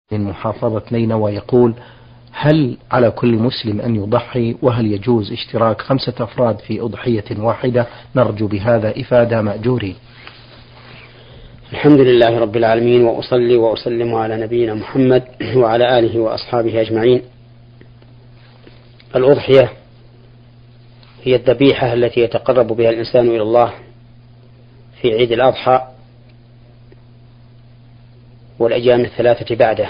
من محافظة نينوى يقول: هل على كل مسلم أن يضحي؟ وهل يجوز اشتراك 5 أفراد في أضحية واحدة؟ نرجو بهذا إفادة مأجورين. الحمد لله رب العالمين، وأصلي وأسلم على نبينا محمد وعلى آله وأصحابه أجمعين. الأضحية هي الذبيحة التي يتقرب بها الإنسان إلى الله في عيد الأضحى والأيام 3 بعده،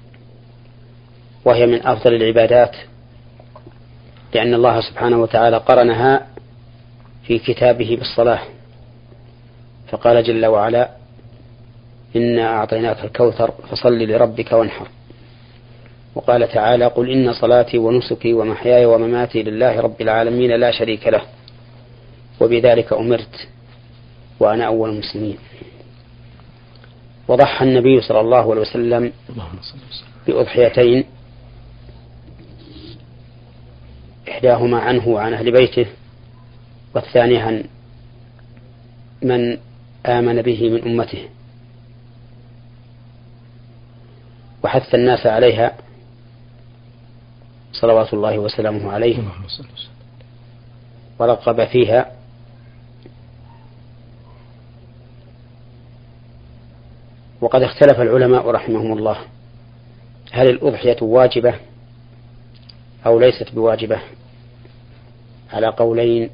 وهي من أفضل العبادات، لأن الله سبحانه وتعالى قرنها في كتابه بالصلاة، فقال جل وعلا: إنا أعطيناك الكوثر فصل لربك وانحر. وقال تعالى: قل إن صلاتي ونسكي ومحياي ومماتي لله رب العالمين لا شريك له وبذلك أمرت وأنا أول المسلمين. وضحى النبي صلى الله عليه وسلم بأضحيتين، إحداهما عنه وعن أهل بيته، والثانية عن من آمن به من أمته، وحث الناس عليها صلوات الله وسلامه عليه، ورغب فيها. وقد اختلف العلماء رحمهم الله هل الأضحية واجبة أو ليست بواجبة، على قولين.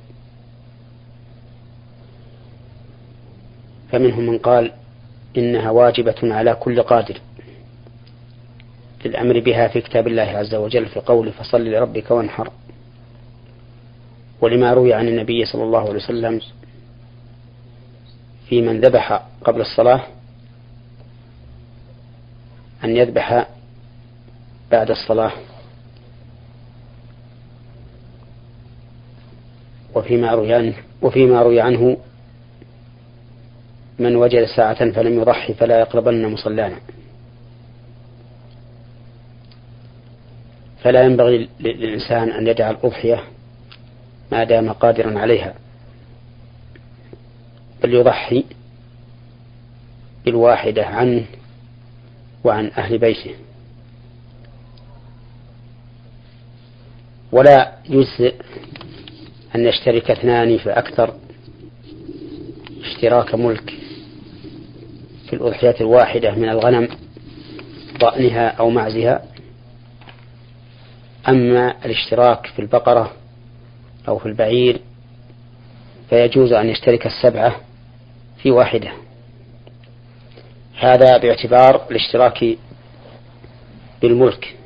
فمنهم من قال إنها واجبة على كل قادر للأمر بها في كتاب الله عز وجل في قوله: فصل لربك وانحر، ولما روي عن النبي صلى الله عليه وسلم في من ذبح قبل الصلاة أن يذبح بعد الصلاة. وفيما روي عنه من وجد ساعة فلم يضحي فلا يقربن مصلانا. فلا ينبغي للإنسان أن يدع الأضحية ما دام قادرا عليها، بل يضحي بالواحدة عنه وعن أهل بيته. ولا يجزئ أن يشترك 2 فأكثر اشتراك ملك في الأضحية الواحدة من الغنم ضأنها أو معزها. أما الاشتراك في البقرة أو في البعير فيجوز أن يشترك 7 في واحدة، هذا باعتبار الاشتراك بالملك.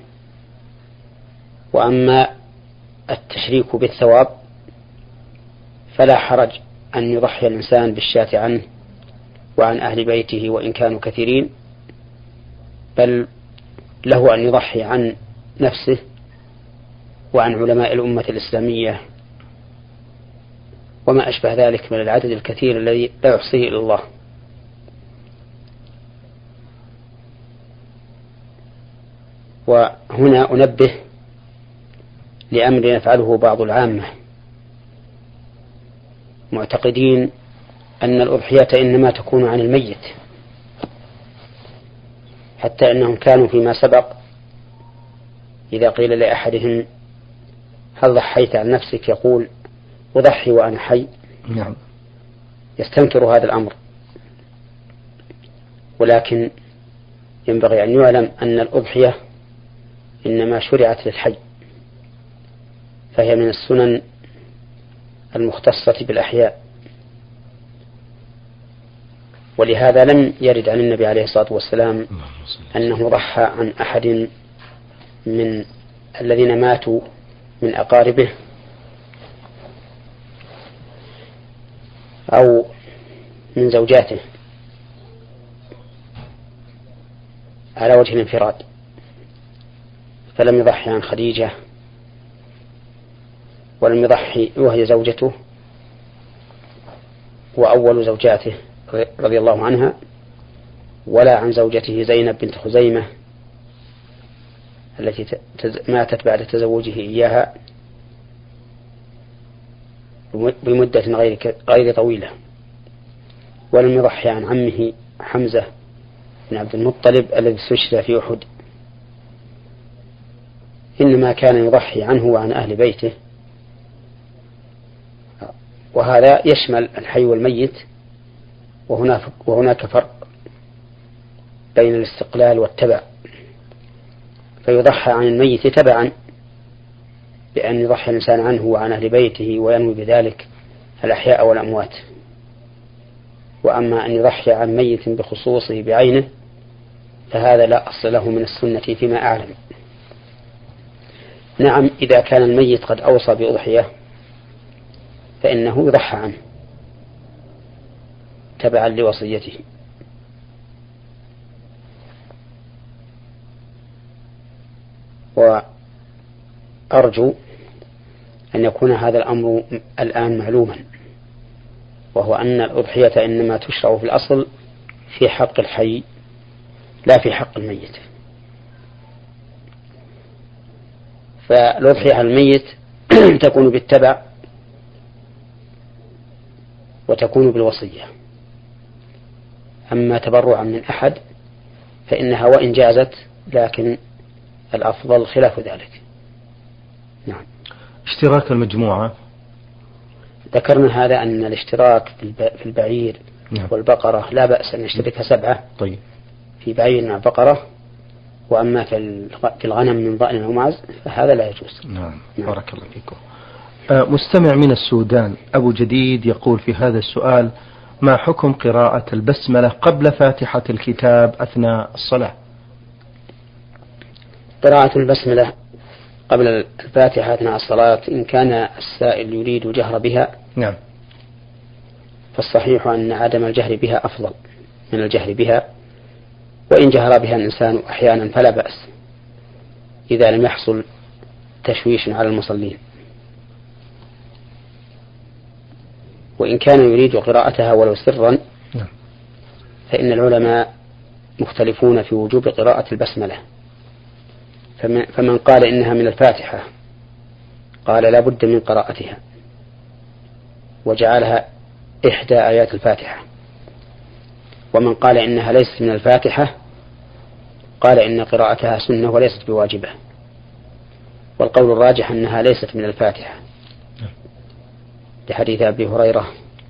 وأما التشريك بالثواب فلا حرج أن يضحي الإنسان بالشاة عنه وعن أهل بيته وإن كانوا كثيرين، بل له أن يضحي عن نفسه وعن علماء الأمة الإسلامية وما أشبه ذلك من العدد الكثير الذي لا يحصيه إلا الله. وهنا أنبه لأمر يفعله بعض العامة معتقدين أن الأضحية إنما تكون عن الميت، حتى أنهم كانوا فيما سبق إذا قيل لأحدهم: هل ضحيت عن نفسك؟ يقول: أضحي وأنا حي. نعم. يستنكر هذا الأمر. ولكن ينبغي أن يعلم أن الأضحية إنما شرعت للحي، فهي من السنن المختصة بالأحياء، ولهذا لم يرد عن النبي عليه الصلاة والسلام أنه ضحى عن أحد من الذين ماتوا من أقاربه أو من زوجاته على وجه الانفراد، فلم يضحي عن خديجة، ولم يضحي وهي زوجته وأول زوجاته رضي الله عنها، ولا عن زوجته زينب بنت خزيمة التي ماتت بعد تزوجه إياها بمدة غير طويلة. ولم يضحي عن عمه حمزة بن عبد المطلب الذي استشهد في أحد إنما كان يضحي عنه وعن أهل بيته، وهذا يشمل الحي والميت، وهناك فرق بين الاستقلال والتبع، فيضحى عن الميت تبعا بأن يضحي الإنسان عنه وعن أهل بيته وينوي بذلك الأحياء والأموات. وأما أن يضحي عن ميت بخصوصه بعينه فهذا لا أصل له من السنة فيما أعلم. نعم، إذا كان الميت قد أوصى بأضحية فإنه يضحى عنه تبعا لوصيته. وأرجو أن يكون هذا الأمر الآن معلوما، وهو أن الأضحية إنما تشرع في الأصل في حق الحي لا في حق الميت. فالأضحية على الميت تكون بالتبع وتكون بالوصية. أما تبرعا من أحد فإنها وإن جازت لكن الأفضل خلاف ذلك. نعم. اشتراك المجموعة، ذكرنا هذا أن الاشتراك في البعير نعم. والبقرة لا بأس أن نشترك 7 طيب. في بعير مع بقرة، وأما في الغنم من ضأن أو معز فهذا لا يجوز. نعم. بارك الله فيكم. مستمع من السودان أبو جديد يقول في هذا السؤال: ما حكم قراءة البسملة قبل فاتحة الكتاب أثناء الصلاة؟ قراءة البسملة قبل الفاتحة أثناء الصلاة إن كان السائل يريد جهر بها نعم فالصحيح أن عدم الجهر بها أفضل من الجهر بها، وإن جهر بها الإنسان أحيانا فلا بأس إذا لم يحصل تشويش على المصلين. وإن كان يريد قراءتها ولو سرا فإن العلماء مختلفون في وجوب قراءة البسملة، فمن قال إنها من الفاتحة قال لا بد من قراءتها وجعلها إحدى آيات الفاتحة، ومن قال إنها ليست من الفاتحة قال إن قراءتها سنة وليست بواجبة، والقول الراجح أنها ليست من الفاتحة لحديث أبي هريرة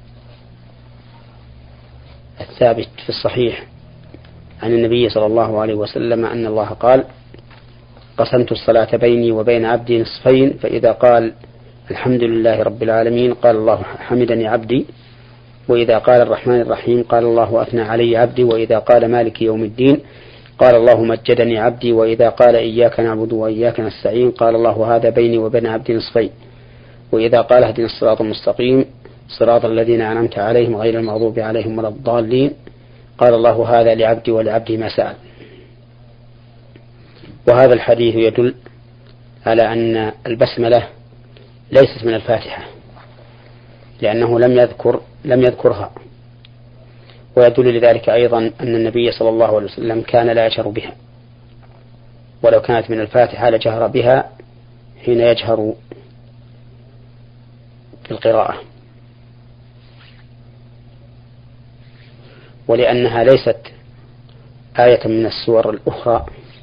الثابت في الصحيح عن النبي صلى الله عليه وسلم أن الله قال: قسمت الصلاة بيني وبين عبدي نصفين، فإذا قال الحمد لله رب العالمين قال الله حمدني عبدي، وإذا قال الرحمن الرحيم قال الله أثنى علي عبدي، وإذا قال مالك يوم الدين قال الله مجدني عبدي، وإذا قال إياك نعبد وإياك نستعين قال الله هذا بيني وبين عبدي نصفين، وإذا قال اهدنا الصراط المستقيم صراط الذين أنعمت عليهم غير المغضوب عليهم ولا الضالين قال الله هذا لعبدي ولعبدي ما سأل. وهذا الحديث يدل على أن البسملة ليست من الفاتحة لأنه لم يذكرها، ويدل لذلك أيضا أن النبي صلى الله عليه وسلم كان لا يجهر بها، ولو كانت من الفاتحة لجهر بها حين يجهر بالقراءة، ولأنها ليست آية من السور الأخرى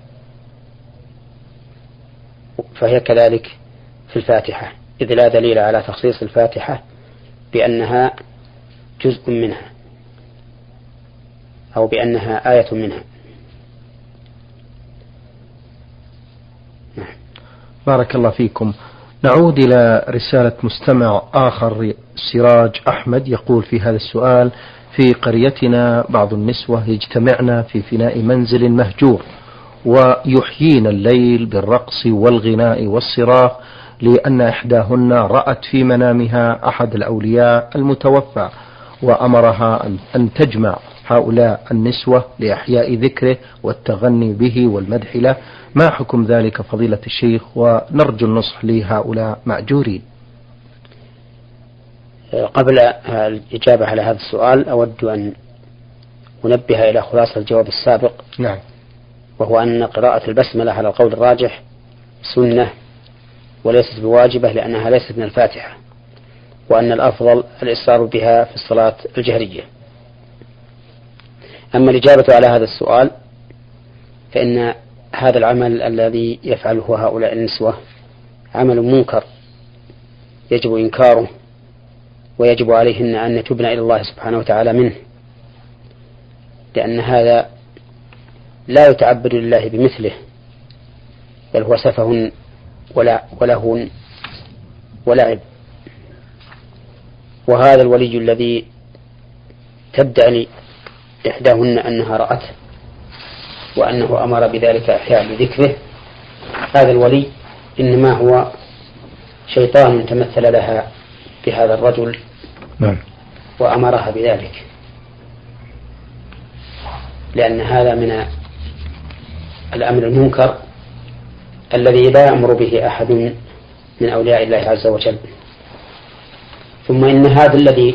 فهي كذلك في الفاتحة، إذ لا دليل على تخصيص الفاتحة بأنها جزء منها أو بأنها آية منها. بارك الله فيكم. نعود إلى رسالة مستمع آخر سراج أحمد يقول في هذا السؤال: في قريتنا بعض النسوة يجتمعن في فناء منزل مهجور ويحيين الليل بالرقص والغناء والصراخ، لأن إحداهن رأت في منامها أحد الأولياء المتوفى وأمرها أن تجمع هؤلاء النسوة لإحياء ذكره والتغني به والمدح له. ما حكم ذلك فضيلة الشيخ؟ ونرجو النصح لهؤلاء مأجورين. قبل الإجابة على هذا السؤال أود أن أنبه إلى خلاصة الجواب السابق. نعم. وهو أن قراءة البسملة على القول الراجح سنة وليست بواجبة لأنها ليست من الفاتحة، وأن الأفضل الإصرار بها في الصلاة الجهرية. أما الإجابة على هذا السؤال فإن هذا العمل الذي يفعله هؤلاء النسوة عمل منكر يجب إنكاره، ويجب عليهن أن يتوبن إلى الله سبحانه وتعالى منه، لأن هذا لا يتعبد لله بمثله، بل هو سفه ولهو ولعب. وهذا الولي الذي تدعي إحداهن أنها رأته وأنه أمر بذلك إحياء بذكره، هذا الولي إنما هو شيطان تمثل لها بهذا الرجل وأمرها بذلك، لأن هذا من الأمر المنكر الذي لا يأمر به أحد من أولياء الله عز وجل. ثم إن هذا الذي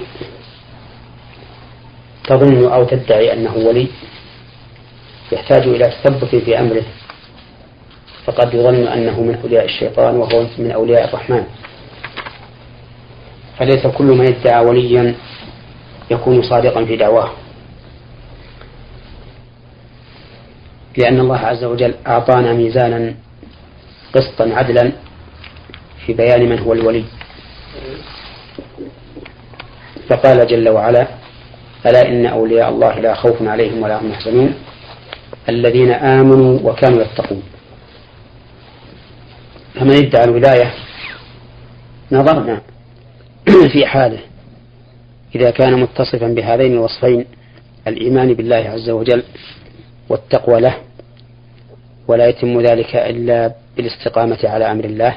تظن أو تدعي أنه ولي يحتاج إلى تثبت في أمره، فقد يظن أنه من أولياء الشيطان وهو من أولياء الرحمن، فليس كل من ادعى وليا يكون صادقا في دعواه، لأن الله عز وجل أعطانا ميزانا قسطا عدلا في بيان من هو الولي، فقال جل وعلا: ألا إن أولياء الله لا خوف عليهم ولا هم يحزنون الذين آمنوا وكانوا يتقون. فمن ادعى الولاية نظرنا في حاله إذا كان متصفا بهذين الوصفين، الإيمان بالله عز وجل والتقوى له، ولا يتم ذلك إلا بالاستقامة على أمر الله،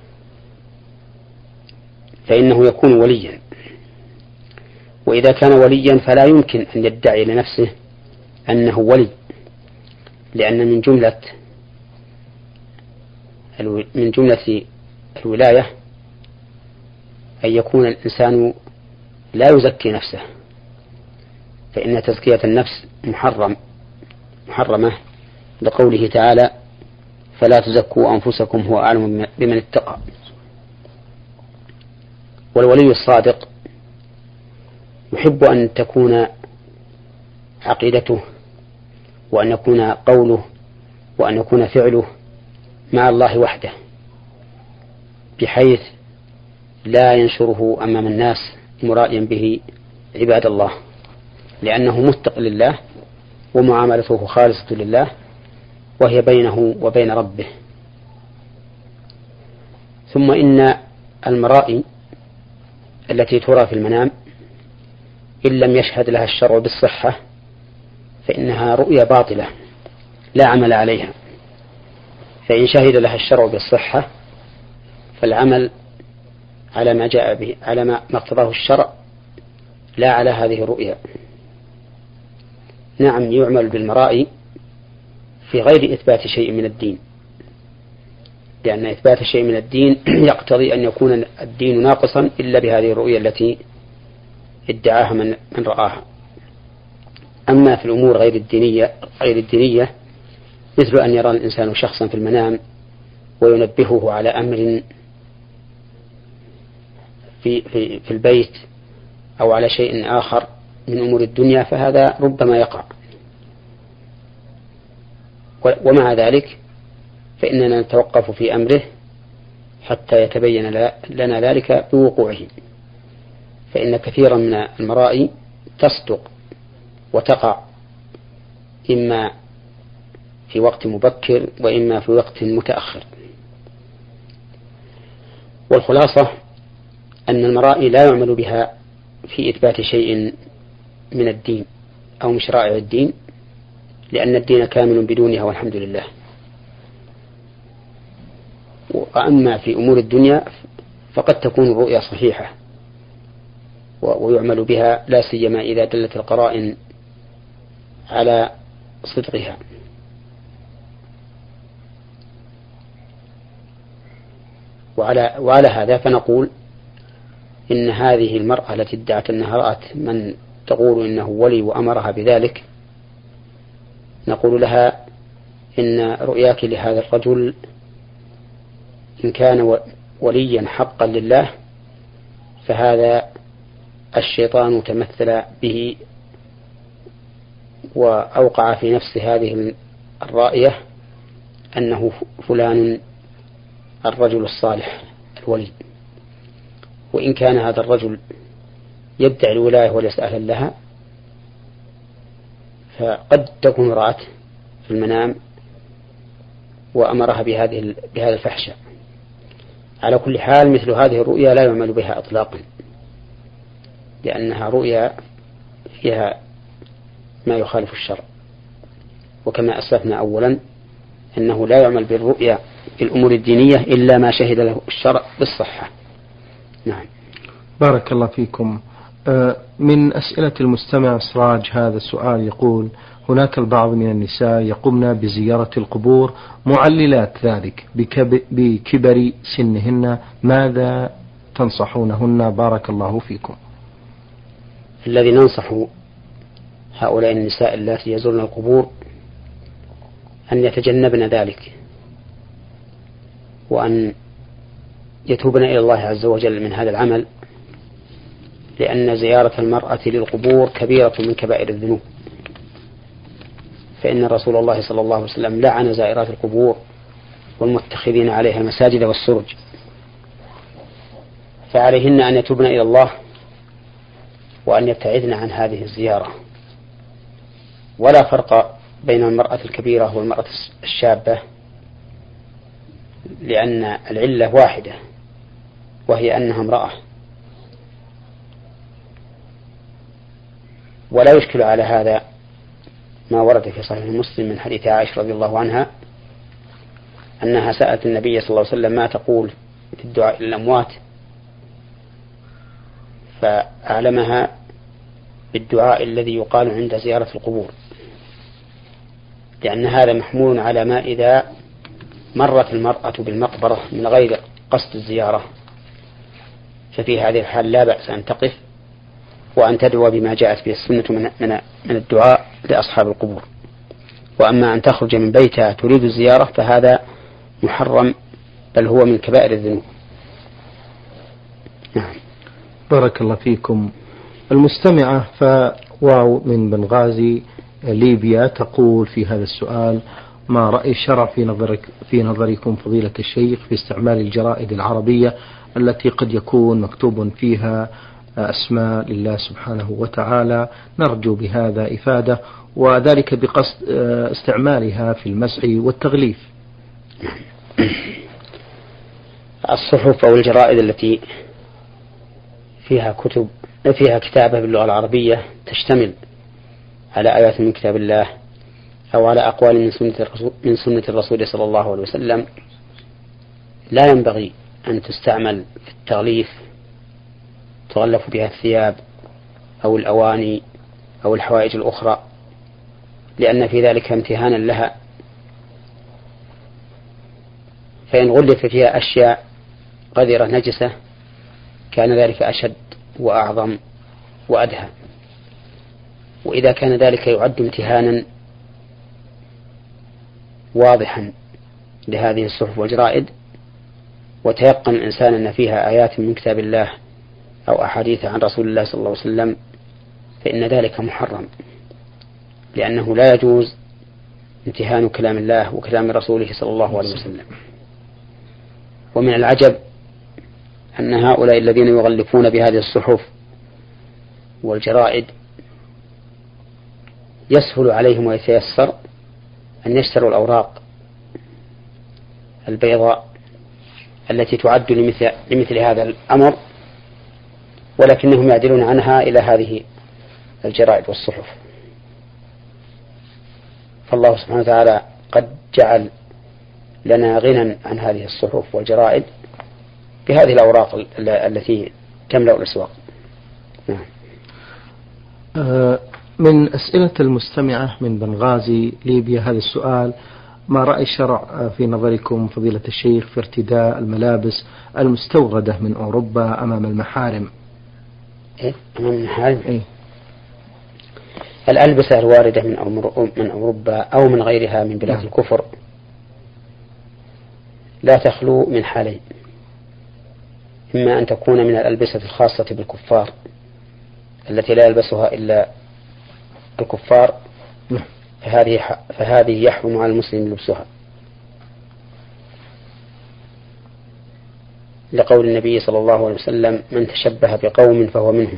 فإنه يكون وليا. وإذا كان وليا فلا يمكن أن يدعي لنفسه أنه ولي، لأن من جملة الولاية أن يكون الإنسان لا يزكي نفسه، فإن تزكية النفس محرمة لقوله تعالى: فلا تزكوا أنفسكم هو أعلم بمن اتقى. والولي الصادق يحب أن تكون عقيدته وأن يكون قوله وأن يكون فعله مع الله وحده، بحيث لا ينشره أمام الناس مرائيا به عباد الله، لأنه متق لله ومعاملته خالصة لله، وهي بينه وبين ربه. ثم إن المرائي التي ترى في المنام إن لم يشهد لها الشرع بالصحة فإنها رؤيا باطلة لا عمل عليها، فإن شهد لها الشرع بالصحة فالعمل على ما جاء به، على ما اقتضاه الشرع، لا على هذه الرؤيا. نعم، يعمل بالمرائي في غير إثبات شيء من الدين، لأن إثبات شيء من الدين يقتضي أن يكون الدين ناقصا إلا بهذه الرؤيا التي ادعاها من رآها. أما في الأمور غير الدينية مثل أن يرى الإنسان شخصا في المنام وينبهه على أمر في البيت أو على شيء آخر من أمور الدنيا، فهذا ربما يقع. ومع ذلك فإننا نتوقف في أمره حتى يتبين لنا ذلك بوقوعه، فإن كثيرا من المرائي تصدق وتقع إما في وقت مبكر وإما في وقت متأخر. والخلاصة أن المرائي لا يعمل بها في إثبات شيء من الدين أو من شرائع الدين، لأن الدين كامل بدونها والحمد لله. وأما في أمور الدنيا فقد تكون الرؤيا صحيحة ويعمل بها، لا سيما إذا دلت القرائن على صدقها. وعلى هذا فنقول إن هذه المرأة التي ادعت أنها رأت من تقول إنه ولي وأمرها بذلك، نقول لها إن رؤياك لهذا الرجل إن كان وليا حقا لله فهذا الشيطان تمثل به وأوقع في نفس هذه الرائية أنه فلان الرجل الصالح الولي، وإن كان هذا الرجل يدعي الولاية وليس أهلا لها، فقد تكون رأت في المنام وأمرها بهذا الفحشاء. على كل حال مثل هذه الرؤيا لا يعمل بها إطلاقا، لأنها رؤيا فيها ما يخالف الشرع، وكما أسلفنا أولا أنه لا يعمل بالرؤيا في الأمور الدينية إلا ما شهد له الشرع بالصحة. نعم. بارك الله فيكم. من أسئلة المستمع سراج هذا السؤال يقول: هناك البعض من النساء يقومن بزيارة القبور معللات ذلك بكبر سنهن، ماذا تنصحونهن؟ بارك الله فيكم. الذي ننصح هؤلاء النساء اللاتي يزورن القبور أن يتجنبن ذلك، وأن يتوبن إلى الله عز وجل من هذا العمل، لأن زيارة المرأة للقبور كبيرة من كبائر الذنوب، فإن رسول الله صلى الله عليه وسلم لعن زائرات القبور والمتخذين عليها المساجد والسرج، فعليهن أن يتوبن إلى الله وأن يبتعدن عن هذه الزيارة. ولا فرق بين المرأة الكبيرة والمرأة الشابة، لأن العلة واحدة وهي أنها امرأة. ولا يشكل على هذا ما ورد في صحيح مسلم من حديث عائشة رضي الله عنها أنها سألت النبي صلى الله عليه وسلم ما تقول في الدعاء للأموات، فأعلمها بالدعاء الذي يقال عند زيارة القبور، لأن هذا محمول على ما إذا مرت المرأة بالمقبرة من غير قصد الزيارة، ففي هذه الحال لا بأس أن تقف وأن تدعو بما جاءت به السنة من الدعاء لأصحاب القبور. وأما أن تخرج من بيتها تريد الزيارة فهذا محرم، بل هو من كبائر الذنوب. نعم. بارك الله فيكم. المستمعة فواو من بنغازي ليبيا تقول في هذا السؤال: ما رأي الشرع في نظركم فضيلة الشيخ في استعمال الجرائد العربية التي قد يكون مكتوب فيها أسماء لله سبحانه وتعالى؟ نرجو بهذا إفادة، وذلك بقصد استعمالها في المسح والتغليف. الصحف أو الجرائد التي فيها كتابة باللغة العربية تشتمل على آيات من كتاب الله أو على أقوال من سنة الرسول صلى الله عليه وسلم، لا ينبغي أن تستعمل في التغليف تغلف بها الثياب أو الأواني أو الحوائج الأخرى، لأن في ذلك امتهانا لها، فإن غلف فيها أشياء قذرة نجسة كان ذلك أشد وأعظم وأدهى. وإذا كان ذلك يعد امتهانا واضحا لهذه الصحف والجرائد، وتيقن الإنسان أن فيها آيات من كتاب الله أو أحاديث عن رسول الله صلى الله عليه وسلم، فإن ذلك محرم، لأنه لا يجوز امتهان كلام الله وكلام رسوله صلى الله عليه وسلم. ومن العجب أن هؤلاء الذين يغلفون بهذه الصحف والجرائد يسهل عليهم ويتيسر أن يشتروا الأوراق البيضاء التي تعد لمثل هذا الأمر، ولكنهم يعدلون عنها إلى هذه الجرائد والصحف. فالله سبحانه وتعالى قد جعل لنا غنى عن هذه الصحف والجرائد بهذه الأوراق التي تملأ الأسواق. نعم. من أسئلة المستمعة من بنغازي ليبيا هذا السؤال: ما رأي الشرع في نظركم فضيلة الشيخ في ارتداء الملابس المستوردة من أوروبا أمام المحارم؟ أمام المحارم؟ إيه؟ الألبسة الواردة من أوروبا أو من غيرها من بلاد الكفر لا تخلو من حالين: إما أن تكون من الألبسة الخاصة بالكفار التي لا يلبسها إلا الكفار، فهذه يحرم على المسلم لبسها، لقول النبي صلى الله عليه وسلم: من تشبه بقوم فهو منهم.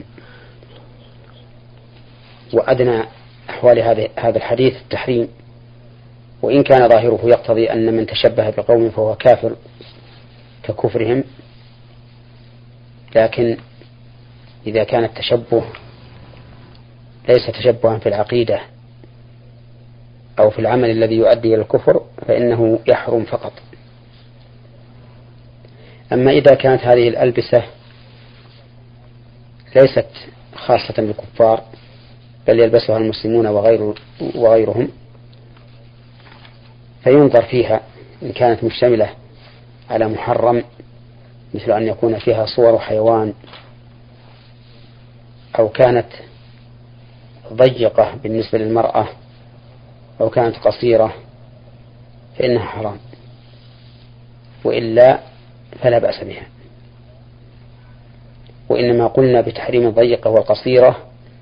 وأدنى أحوال هذا الحديث التحريم، وإن كان ظاهره يقتضي أن من تشبه بقوم فهو كافر ككفرهم، لكن إذا كان التشبه ليس تشبها في العقيدة أو في العمل الذي يؤدي إلى الكفر فإنه يحرم فقط. أما إذا كانت هذه الألبسة ليست خاصة بالكفار بل يلبسها المسلمون وغيرهم، فينظر فيها إن كانت مشتملة على محرم، مثل أن يكون فيها صور حيوان، أو كانت ضيقة بالنسبة للمرأة، أو كانت قصيرة، فإنها حرام، وإلا فلا بأس بها. وإنما قلنا بتحريم الضيقة والقصيرة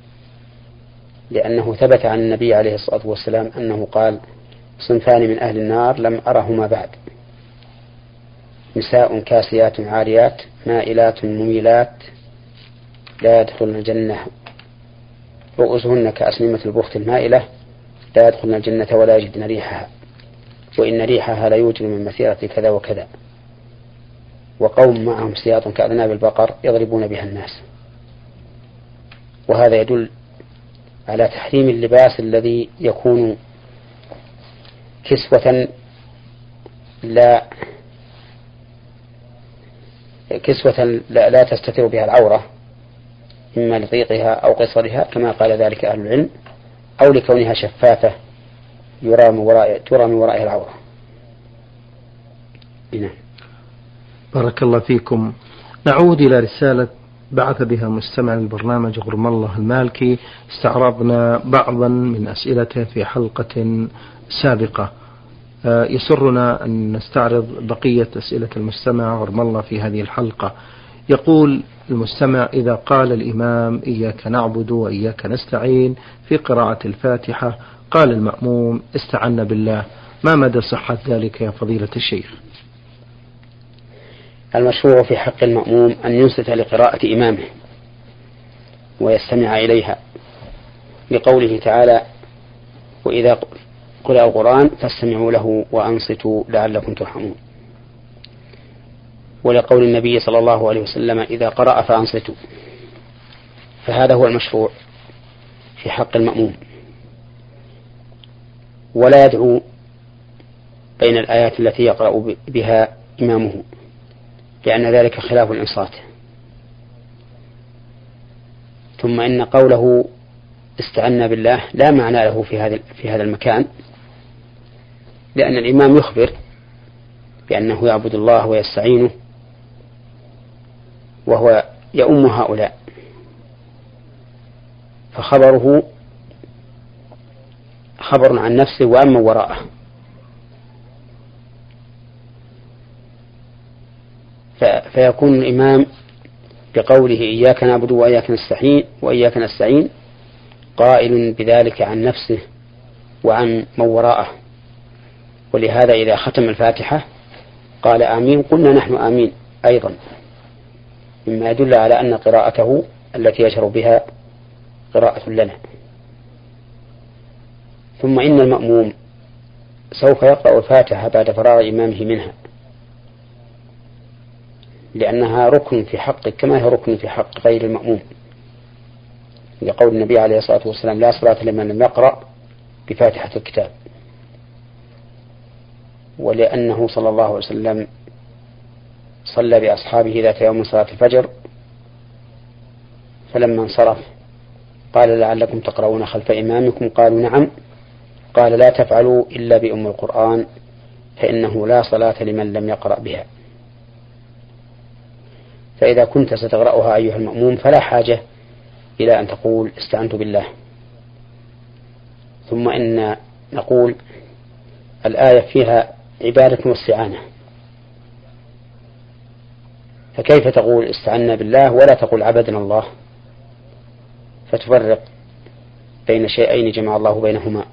لأنه ثبت عن النبي عليه الصلاة والسلام أنه قال: صنفان من أهل النار لم أرهما بعد: نساء كاسيات عاريات مائلات مميلات لا يدخلن الجنة رؤوسهن كأسنمة البخت المائلة لا يدخلن الجنة ولا يجدن ريحها وإن ريحها لا يوجد من مسيرة كذا وكذا، وقوم معهم سياط كأذناب البقر يضربون بها الناس. وهذا يدل على تحريم اللباس الذي يكون كسوة لا تستتر بها العورة، إما لضيقها أو قصرها كما قال ذلك أهل العلم، أو لكونها شفافة ترى من وراء العورة. نعم. بارك الله فيكم. نعود إلى رسالة بعث بها مستمع البرنامج غرم الله المالكي. استعرضنا بعضا من أسئلته في حلقة سابقة، يسرنا أن نستعرض بقية أسئلة المستمع غرم الله في هذه الحلقة. يقول المستمع: إذا قال الإمام إياك نعبد وإياك نستعين في قراءة الفاتحة قال المأموم استعنا بالله، ما مدى صحة ذلك يا فضيلة الشيخ؟ المشروع في حق المأموم أن ينصت لقراءة إمامه ويستمع إليها، لقوله تعالى: وإذا قرأ القرآن فاستمعوا له وأنصتوا لعلكم ترحمون، ولقول النبي صلى الله عليه وسلم: إذا قرأ فأنصتوا. فهذا هو المشروع في حق المأموم، ولا يدعو بين الآيات التي يقرأ بها إمامه، لأن ذلك خلاف الإنصات. ثم إن قوله استعنا بالله لا معنى له في هذا المكان، لأن الإمام يخبر بأنه يعبد الله ويستعينه وهو يؤم هؤلاء، فخبره خبر عن نفسه وعن من وراءه. فيكون الإمام بقوله إياك نعبد وإياك نستعين قائل بذلك عن نفسه وعن من وراءه. ولهذا إذا ختم الفاتحة قال آمين قلنا نحن آمين أيضا، مما يدل على أن قراءته التي يشعر بها قراءة لنا. ثم إن المأموم سوف يقرأ الفاتحة بعد فراغ إمامه منها، لأنها ركن في حقه كما هي ركن في حق غير المأموم، لقول النبي عليه الصلاة والسلام: لا صلاة لمن لم يقرأ بفاتحة الكتاب. ولأنه صلى الله عليه وسلم صلى بأصحابه ذات يوم صلاة الفجر، فلما انصرف قال: لعلكم تقرؤون خلف إمامكم؟ قالوا: نعم. قال: لا تفعلوا إلا بأم القرآن فإنه لا صلاة لمن لم يقرأ بها. فإذا كنت ستقرأها أيها المأموم فلا حاجة إلى أن تقول استعنت بالله. ثم إن نقول الآية فيها عبادة واستعانة، فكيف تقول استعنا بالله ولا تقول عبدنا الله؟ فتفرق بين شيئين جمع الله بينهما.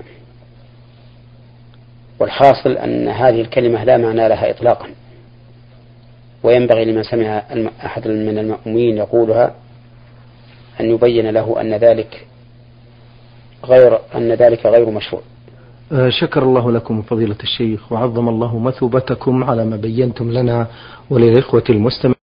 والحاصل أن هذه الكلمة لا معنى لها إطلاقا، وينبغي لمن سمع أحد من المأمومين يقولها أن يبين له أن ذلك غير مشروع. شكر الله لكم فضيلة الشيخ، وعظم الله مثوبتكم على ما بينتم لنا وللإخوة المستمعين.